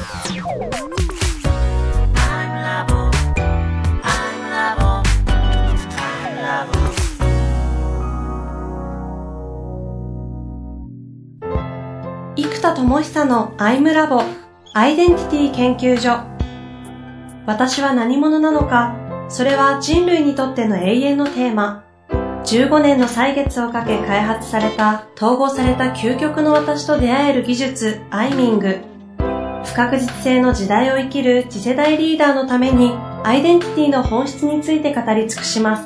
生田智久のアイムラボアイデンティティ研究所。私は何者なのか、それは人類にとっての永遠のテーマ。15年の歳月をかけ開発された統合された究極の私と出会える技術アイミング。不確実性の時代を生きる次世代リーダーのためにアイデンティティの本質について語り尽くします。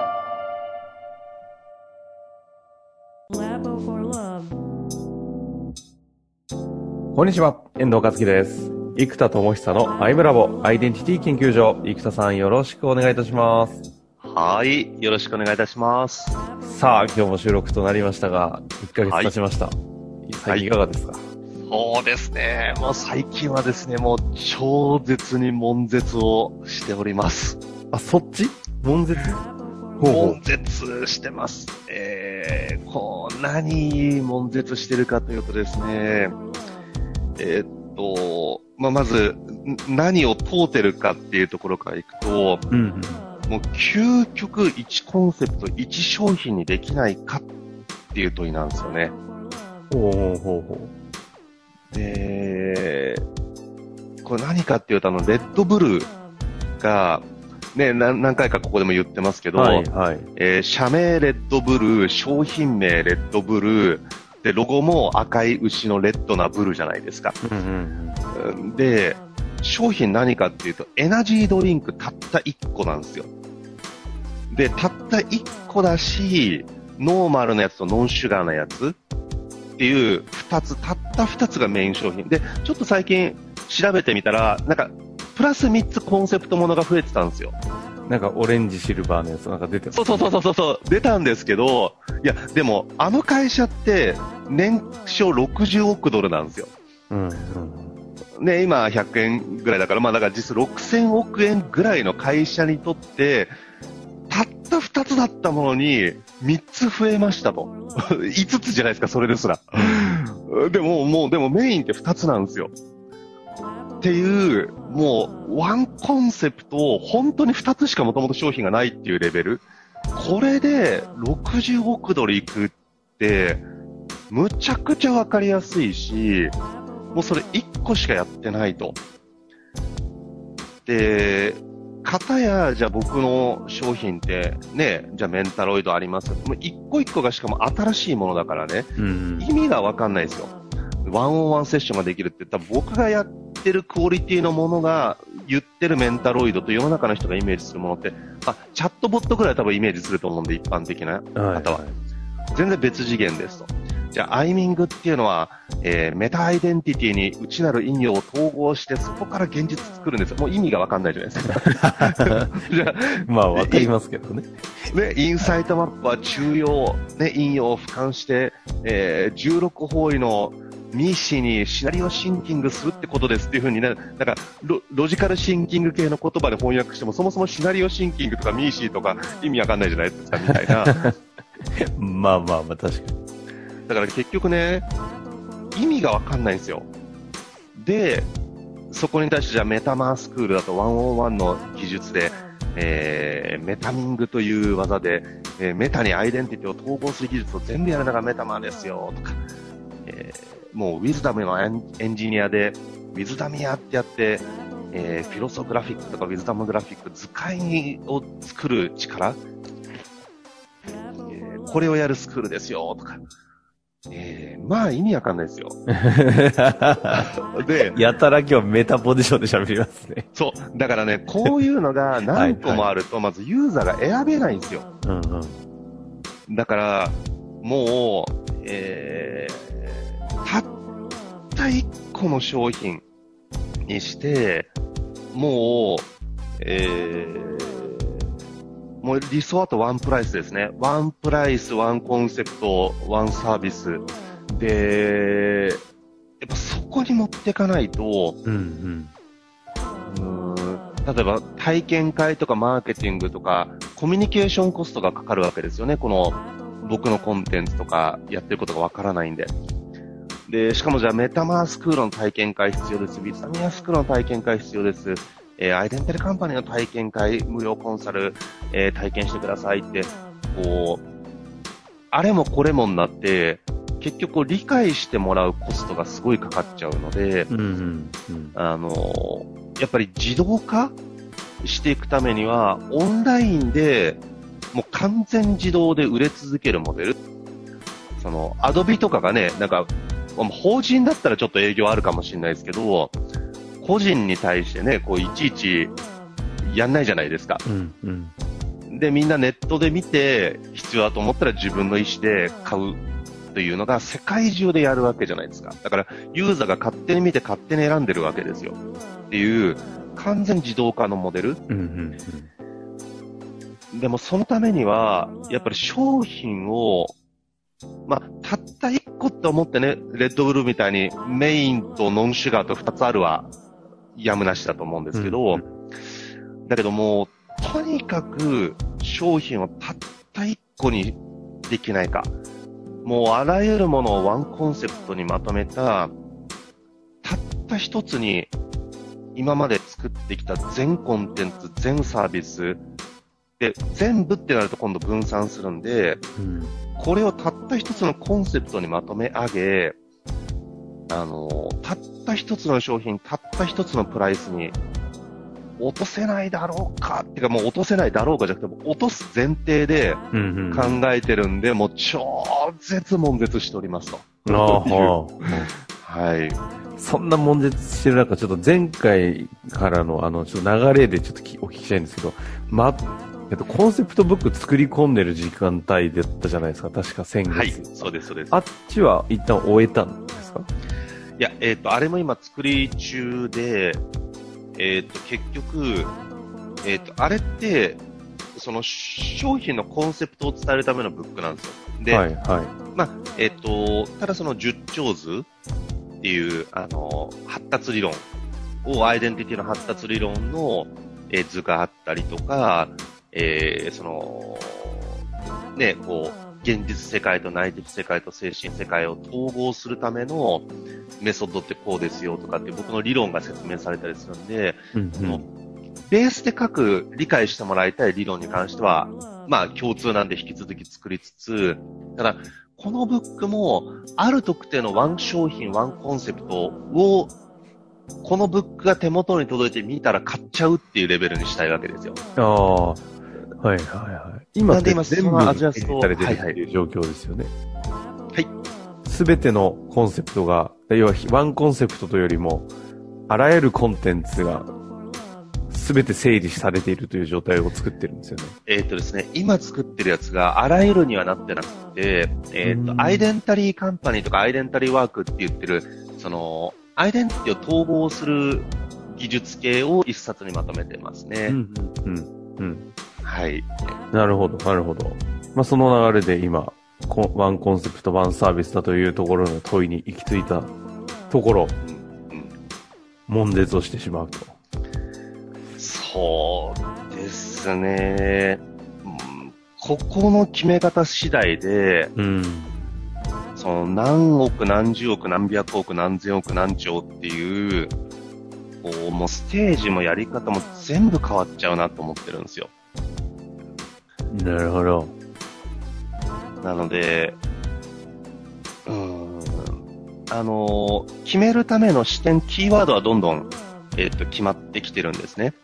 こんにちは、遠藤和樹です。生田智久のアイムラボアイデンティティ研究所。生田さん、よろしくお願いいたします。 はい、よろしくお願いいたします。 さあ、今日も収録となりましたが、1ヶ月経ちました。最近いかがですか？ そうですね。もう最近はですね、もう超絶に悶絶をしております。 あ、そっち？悶絶？ 悶絶してます。何悶絶してるかというとですね、まず、何を問うてるかっていうところからいくと、もう究極1コンセプト1商品にできないかっていう問いなんですよね。で、これ何かっていうとレッドブルが、ね、何回かここでも言ってますけど、社名レッドブル、商品名レッドブル、で、ロゴも赤い牛のレッドなブルじゃないですか。で、商品何かっていうと、エナジードリンクたった1個なんですよ。で、たった1個だし、ノーマルなやつとノンシュガーなやつっていうたった2つがメイン商品。で、ちょっと最近調べてみたら、なんか、プラス3つコンセプトものが増えてたんですよ。 なんかオレンジシルバーのやつなんか出てます、 ね。そう、出たんですけど、いや、でも、あの会社って、年商60億ドルなんですよ。ね、今100円ぐらいだから、だから実質6000億円ぐらいの会社にとって、たった2つだったものに3つ増えましたと。5つじゃないですか、それですら。でもメインって2つなんですよ。っていう、もう、ワンコンセプトを本当に2つしかもともと商品がないっていうレベル。これで60億ドルいくって、むちゃくちゃわかりやすいし、もうそれ1個しかやってないと。で、片や、じゃあ僕の商品ってね、じゃあメンタロイドあります。もう一個一個がしかも新しいものだからね、意味がわかんないですよ。ワンオンワンセッションができるって言ったら僕がやってるクオリティのものが言ってるメンタロイドと世の中の人がイメージするものって、チャットボットぐらい多分イメージすると思うんで、一般的な方は。全然別次元ですと。じゃあ、アイミングっていうのは、メタアイデンティティに内なる意味を統合して、そこから現実作るんですよ。もう意味がわかんないじゃないですか。じゃあわかりますけどね。 インサイトマップは中庸、引用を俯瞰して、16方位のミーシーにシナリオシンキングするってことですっていう風にね、なんかロジカルシンキング系の言葉で翻訳しても、そもそもシナリオシンキングとかミーシーとか意味わかんないじゃないですか、みたいな。 確かに。 だから結局ね、意味がわかんないんですよ。で、そこに対してじゃあメタマースクールだと101の技術で、メタミングという技で、メタにアイデンティティを統合する技術を全部やるのがメタマーですよとか、もうウィズダムのエンジニアでウィズダミアってやって、フィロソグラフィックとかウィズダムグラフィック図解を作る力、これをやるスクールですよとか、意味わかんないですよ。 で、やたら今日メタポジションで喋りますね。 そう。だからね、こういうのが何個もあると、まずユーザーが選べないんですよ。だから、もう、たった1個の商品にして、もう理想はとワンプライスですね。ワンプライス、ワンコンセプト、ワンサービス。で、やっぱそこに持っていかないと、例えば体験会とかマーケティングとか、コミュニケーションコストがかかるわけですよね。この僕のコンテンツとかやってることがわからないんで。 で、しかもじゃあメタマスクールの体験会必要です。ビザミアスクールの体験会必要です。アイデンティティカンパニーの体験会、無料コンサル、体験してくださいって、こう、あれもこれもになって、結局理解してもらうコストがすごいかかっちゃうので、やっぱり自動化していくためには、オンラインでもう完全自動で売れ続けるモデル。アドビとかがね、なんか、法人だったらちょっと営業あるかもしれないですけど、個人に対してね、こういちいちやんないじゃないですか。で、みんなネットで見て必要だと思ったら自分の意思で買うというのが世界中でやるわけじゃないですか。だからユーザーが勝手に見て勝手に選んでるわけですよ。っていう完全自動化のモデル。でもそのためにはやっぱり商品をたった1個って思ってね、レッドブルみたいにメインとノンシュガーと2つあるはやむなしだと思うんですけど、だけどもうとにかく商品をたった1個にできないか。もうあらゆるものをワンコンセプトにまとめた、たった一つに今まで作ってきた全コンテンツ、全サービスで全部ってなると今度分散するんで、これをたった一つのコンセプトにまとめ上げ、たった一つの商品、たった一つのプライスに落とせないだろうかっていうか、もう落とせないだろうかじゃなくて、落とす前提で考えてるんで、もう超絶悶絶しておりますと。はい。 そんな悶絶してる中、ちょっと前回からのちょっと流れでちょっとお聞きしたいんですけど、コンセプトブック作り込んでる時間帯だったじゃないですか、確か先月。 はい、そうです、そうです。 あっちは一旦終えたんですか？ いや、あれも今作り中で、結局、あれって、その商品のコンセプトを伝えるためのブックなんですよ。で、ただその10兆図っていう、発達理論アイデンティティの発達理論の図があったりとか、こう、現実世界と内的世界と精神世界を統合するためのメソッドってこうですよとかって僕の理論が説明されたりするんで、ベースで各理解してもらいたい理論に関しては、共通なんで引き続き作りつつ、ただ、このブックもある特定のワン商品、ワンコンセプトをこのブックが手元に届いて見たら買っちゃうっていうレベルにしたいわけですよ。 はいはいはい。今全部アジャストされてるっていう状況ですよね。 はい。 すべてのコンセプトが、要はワンコンセプトというよりも、あらゆるコンテンツがすべて整理されているという状態を作ってるんですよね。 ですね、今作ってるやつがあらゆるにはなってなくて、アイデンタリーカンパニーとかアイデンタリーワークって言ってる、アイデンティティを統合する技術系を一冊にまとめてますね。はい。 なるほど、なるほど。その流れで今、ワンコンセプト、ワンサービスだというところの問いに行き着いたところ、悶絶をしてしまうと。 そうですね。ここの決め方次第で、何億、何十億、何百億、何千億、何兆っていう、もうステージもやり方も全部変わっちゃうなと思ってるんですよ。 なるほど。 なので、決めるための視点、キーワードはどんどん、決まってきてるんですね。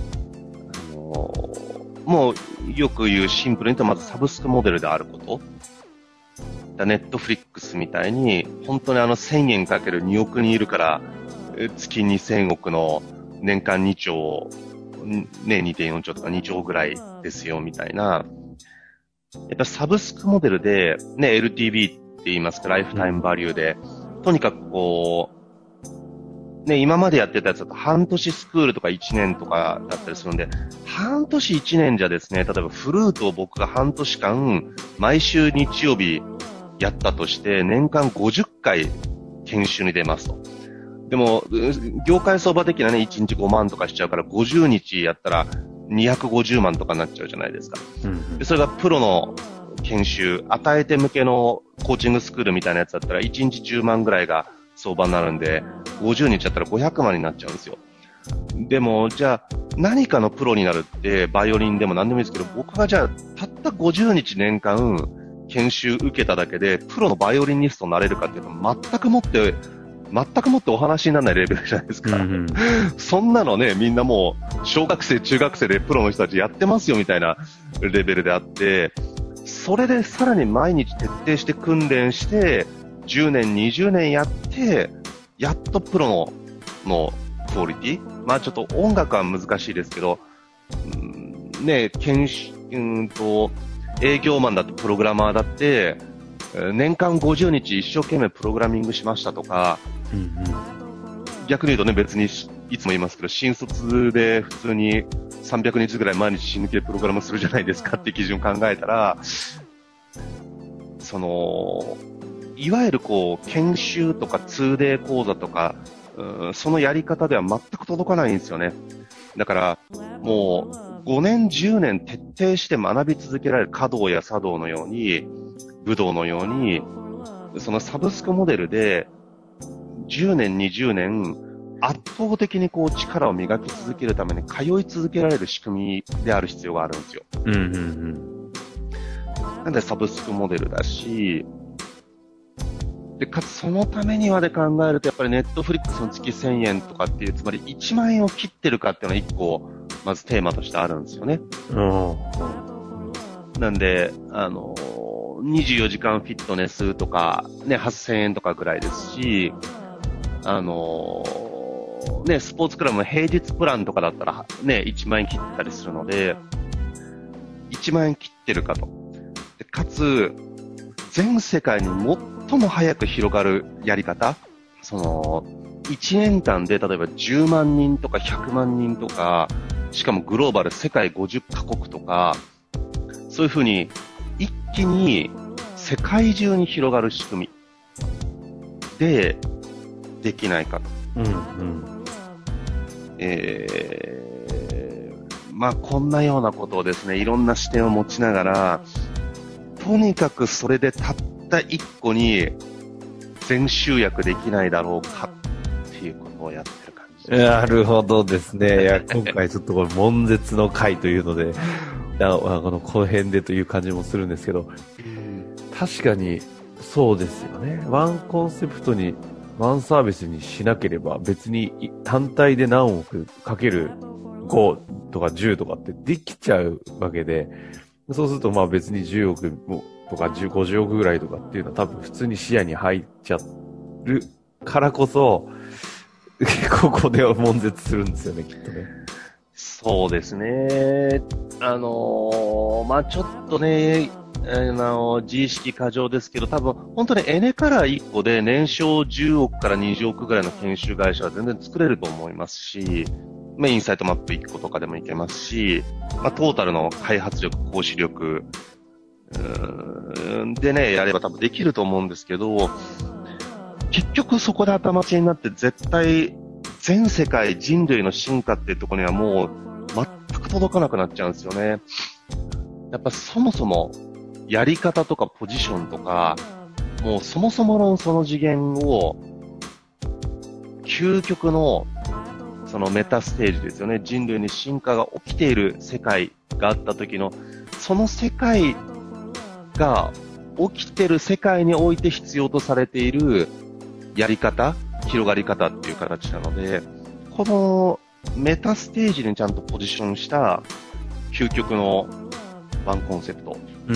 もうよく言うシンプルに言うとまずサブスクモデルであること。ネットフリックスみたいに、本当に1000円かける2億人いるから、月2000億の年間2兆、ね、2.4 兆とか2兆ぐらいですよ、みたいな。やっぱサブスクモデルで、ね、LTV って言いますか、ライフタイムバリューで、とにかくね、今までやってたやつだと半年スクールとか1年とかだったりするんで、半年1年じゃですね、例えばフルートを僕が半年間、毎週日曜日やったとして、年間50回研修に出ますと。でも、業界相場的なね、1日5万とかしちゃうから、50日やったら250万とかになっちゃうじゃないですか。でそれがプロの研修、与えて向けのコーチングスクールみたいなやつだったら1日10万ぐらいが相場になるんで、50日だったら500万になっちゃうんですよ。でも、じゃあ、何かのプロになるって、バイオリンでも何でもいいですけど、僕がじゃあ、たった50日年間、研修受けただけで、プロのバイオリニストになれるかっていうと、全くもってお話にならないレベルじゃないですか。うんうん、そんなのね、みんなもう、小学生、中学生でプロの人たちやってますよみたいなレベルであって、それでさらに毎日徹底して訓練して、10年、20年やって、やっとプロのクオリティ、まあちょっと音楽は難しいですけど、ね、営業マンだってプログラマーだって、年間50日一生懸命プログラミングしましたとか、うんうん、逆に言うとね、別にいつも言いますけど、新卒で普通に300日ぐらい毎日死ぬ気でプログラムするじゃないですかって基準考えたら、いわゆる研修とか 2day 講座とか、そのやり方では全く届かないんですよね。だから、もう、5年、10年徹底して学び続けられる華道や茶道のように、武道のように、そのサブスクモデルで、10年、20年、圧倒的に力を磨き続けるために通い続けられる仕組みである必要があるんですよ。うんうんうん。なんでサブスクモデルだし、で、かつそのためにはで考えると、やっぱりネットフリックスの月1000円とかっていう、つまり1万円を切ってるかっていうのは1個、まずテーマとしてあるんですよね。なんで、24時間フィットネスとか、ね、8000円とかぐらいですし、ね、スポーツクラブの平日プランとかだったら、ね、1万円切ってたりするので、1万円切ってるかと。でかつ、全世界に最も早く広がるやり方、1年間で例えば10万人とか100万人とか、しかもグローバル世界50カ国とか、そういうふうに一気に世界中に広がる仕組みでできないかと。うんうんまあこんなようなことをですね、いろんな視点を持ちながら、とにかくそれでたった一個に全集約できないだろうかっていうことをやってる感じです。 なるほどですね。いや、今回ちょっとこれ悶絶の回というので、この辺でという感じもするんですけど、確かにそうですよね。ワンコンセプトに、ワンサービスにしなければ別に単体で何億かける5とか10とかってできちゃうわけで、そうするとまあ別に10億とか50億ぐらいとかっていうのは多分普通に視野に入っちゃうからこそ、ここでは悶絶するんですよね、きっとね。 そうですね。まあちょっとね、自意識過剰ですけど、多分本当にエネカラー1個で年商10億から20億ぐらいの研修会社は全然作れると思いますし、まあ、インサイトマップ1個とかでもいけますし、まあ、トータルの開発力、講師力、でね、やれば多分できると思うんですけど、結局そこで頭打ちになって絶対全世界人類の進化っていうところにはもう全く届かなくなっちゃうんですよね。やっぱそもそもやり方とかポジションとか、もうそもそものその次元を究極のそのメタステージですよね。人類に進化が起きている世界があった時の、その世界が起きている世界において必要とされているやり方、広がり方っていう形なので、このメタステージにちゃんとポジションした究極のワンコンセプト。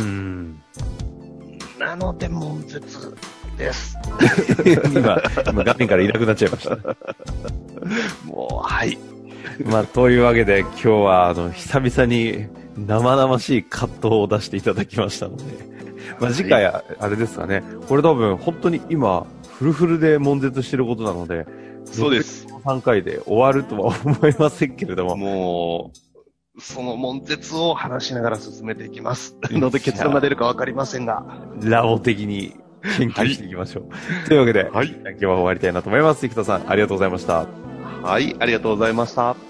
なので悶絶です。 今画面からいなくなっちゃいました。 もう、はい。 まあ、というわけで今日は久々に生々しい葛藤を出していただきましたので、まあ次回あれですかね、これ多分本当に今フルフルで悶絶してることなので、 そうです。 3回で終わるとは思いませんけれども、 もう、その悶絶を話しながら進めていきます。ので結論が出るかわかりませんが、 ラオ的に研究していきましょう。はい、というわけで、はい、今日は終わりたいなと思います。生田さん、ありがとうございました。 はい、ありがとうございました。